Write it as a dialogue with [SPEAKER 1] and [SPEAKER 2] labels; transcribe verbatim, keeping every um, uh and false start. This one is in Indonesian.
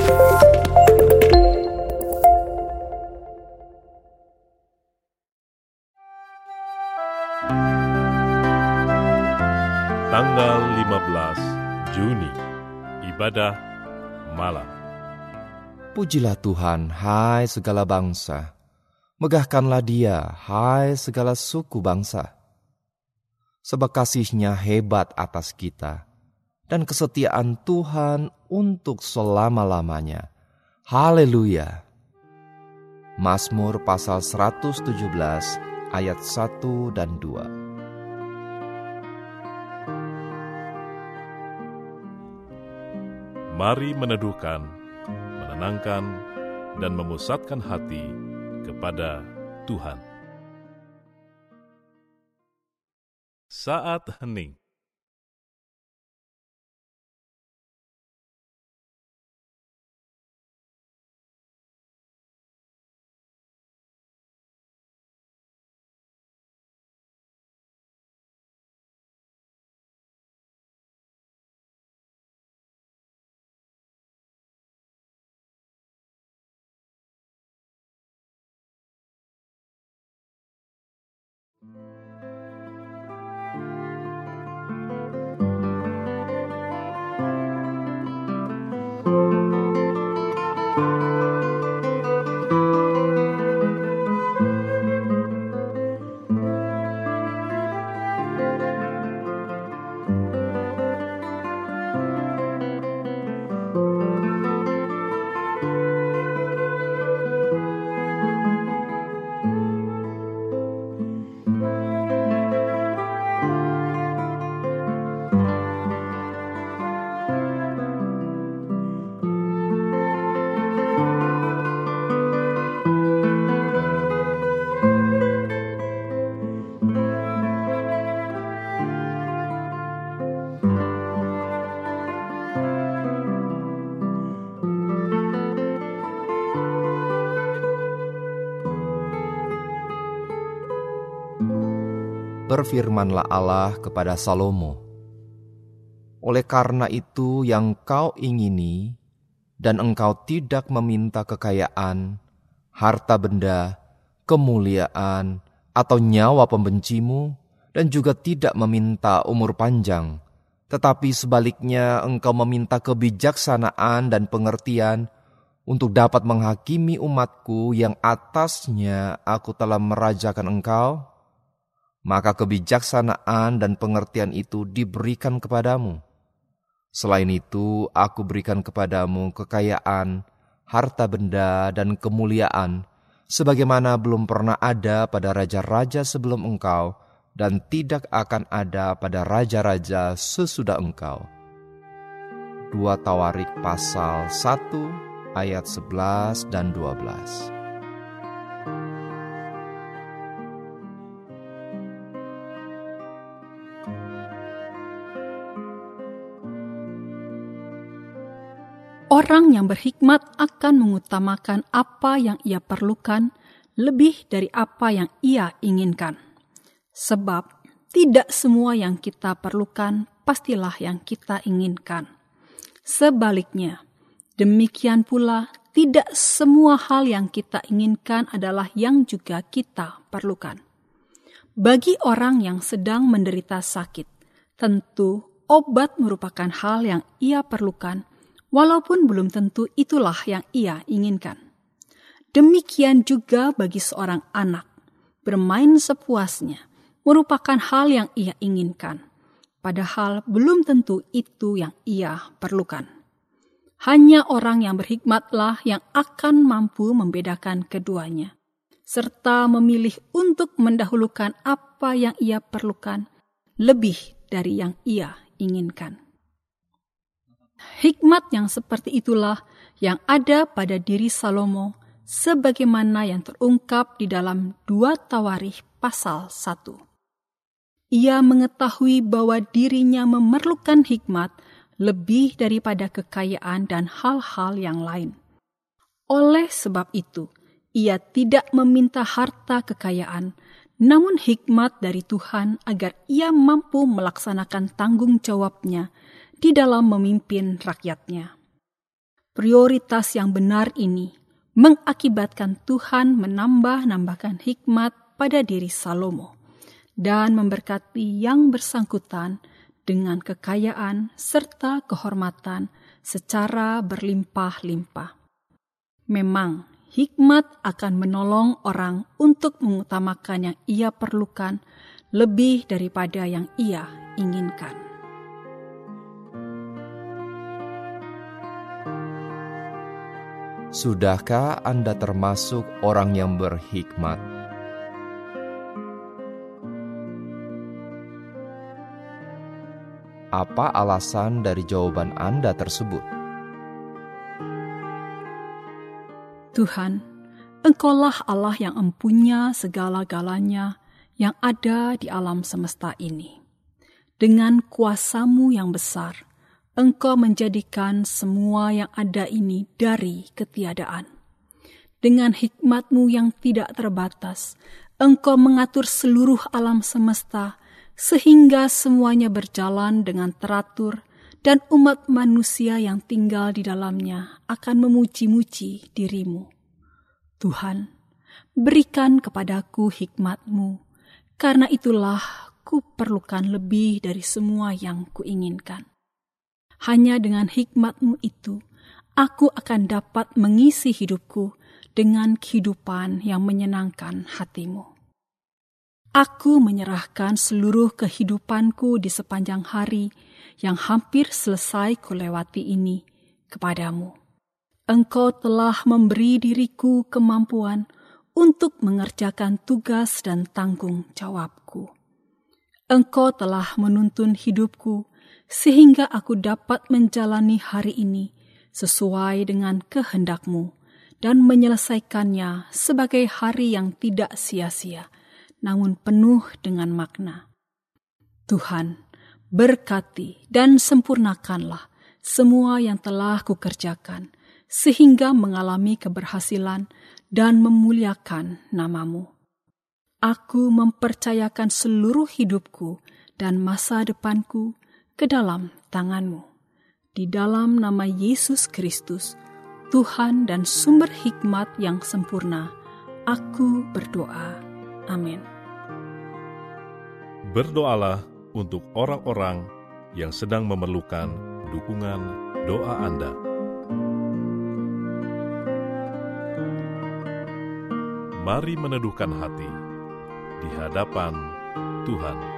[SPEAKER 1] Tanggal lima belas Juni, ibadah malam.
[SPEAKER 2] Pujilah Tuhan, hai segala bangsa. Megahkanlah Dia, hai segala suku bangsa. Sebab kasih-Nya hebat atas kita, dan kesetiaan Tuhan untuk selama-lamanya. Haleluya. Mazmur pasal seratus tujuh belas ayat satu dan dua.
[SPEAKER 1] Mari meneduhkan, menenangkan, dan memusatkan hati kepada Tuhan. Saat hening.
[SPEAKER 2] Berfirmanlah Allah kepada Salomo, oleh karena itu yang kau ingini, dan engkau tidak meminta kekayaan, harta benda, kemuliaan, atau nyawa pembencimu, dan juga tidak meminta umur panjang, tetapi sebaliknya engkau meminta kebijaksanaan dan pengertian untuk dapat menghakimi umatku yang atasnya aku telah merajakan engkau, maka kebijaksanaan dan pengertian itu diberikan kepadamu. Selain itu, aku berikan kepadamu kekayaan, harta benda, dan kemuliaan, sebagaimana belum pernah ada pada raja-raja sebelum engkau, dan tidak akan ada pada raja-raja sesudah engkau. dua Tawarik pasal satu ayat sebelas dan dua belas.
[SPEAKER 3] Orang yang berhikmat akan mengutamakan apa yang ia perlukan lebih dari apa yang ia inginkan. Sebab tidak semua yang kita perlukan pastilah yang kita inginkan. Sebaliknya, demikian pula tidak semua hal yang kita inginkan adalah yang juga kita perlukan. Bagi orang yang sedang menderita sakit, tentu obat merupakan hal yang ia perlukan, walaupun belum tentu itulah yang ia inginkan. Demikian juga bagi seorang anak, bermain sepuasnya merupakan hal yang ia inginkan, padahal belum tentu itu yang ia perlukan. Hanya orang yang berhikmatlah yang akan mampu membedakan keduanya, serta memilih untuk mendahulukan apa yang ia perlukan lebih dari yang ia inginkan. Hikmat yang seperti itulah yang ada pada diri Salomo, sebagaimana yang terungkap di dalam dua Tawarikh pasal satu. Ia mengetahui bahwa dirinya memerlukan hikmat lebih daripada kekayaan dan hal-hal yang lain. Oleh sebab itu, ia tidak meminta harta kekayaan, namun hikmat dari Tuhan agar ia mampu melaksanakan tanggung jawabnya di dalam memimpin rakyatnya. Prioritas yang benar ini mengakibatkan Tuhan menambah-nambahkan hikmat pada diri Salomo dan memberkati yang bersangkutan dengan kekayaan serta kehormatan secara berlimpah-limpah. Memang, hikmat akan menolong orang untuk mengutamakan yang ia perlukan lebih daripada yang ia inginkan.
[SPEAKER 2] Sudahkah Anda termasuk orang yang berhikmat? Apa alasan dari jawaban Anda tersebut?
[SPEAKER 3] Tuhan, Engkaulah Allah yang empunya segala-galanya yang ada di alam semesta ini. Dengan kuasa-Mu yang besar, Engkau menjadikan semua yang ada ini dari ketiadaan. Dengan hikmat-Mu yang tidak terbatas, Engkau mengatur seluruh alam semesta sehingga semuanya berjalan dengan teratur dan umat manusia yang tinggal di dalamnya akan memuji-muji diri-Mu. Tuhan, berikan kepadaku hikmat-Mu, karena itulah ku perlukan lebih dari semua yang kuinginkan. Hanya dengan hikmat-Mu itu, aku akan dapat mengisi hidupku dengan kehidupan yang menyenangkan hati-Mu. Aku menyerahkan seluruh kehidupanku di sepanjang hari yang hampir selesai kulewati ini kepadamu. Engkau telah memberi diriku kemampuan untuk mengerjakan tugas dan tanggung jawabku. Engkau telah menuntun hidupku sehingga aku dapat menjalani hari ini sesuai dengan kehendak-Mu dan menyelesaikannya sebagai hari yang tidak sia-sia, namun penuh dengan makna. Tuhan, berkati dan sempurnakanlah semua yang telah kukerjakan, sehingga mengalami keberhasilan dan memuliakan nama-Mu. Aku mempercayakan seluruh hidupku dan masa depanku ke dalam tangan-Mu. Di dalam nama Yesus Kristus, Tuhan dan sumber hikmat yang sempurna, aku berdoa. Amin.
[SPEAKER 1] Berdoalah untuk orang-orang yang sedang memerlukan dukungan doa Anda. Mari meneduhkan hati di hadapan Tuhan.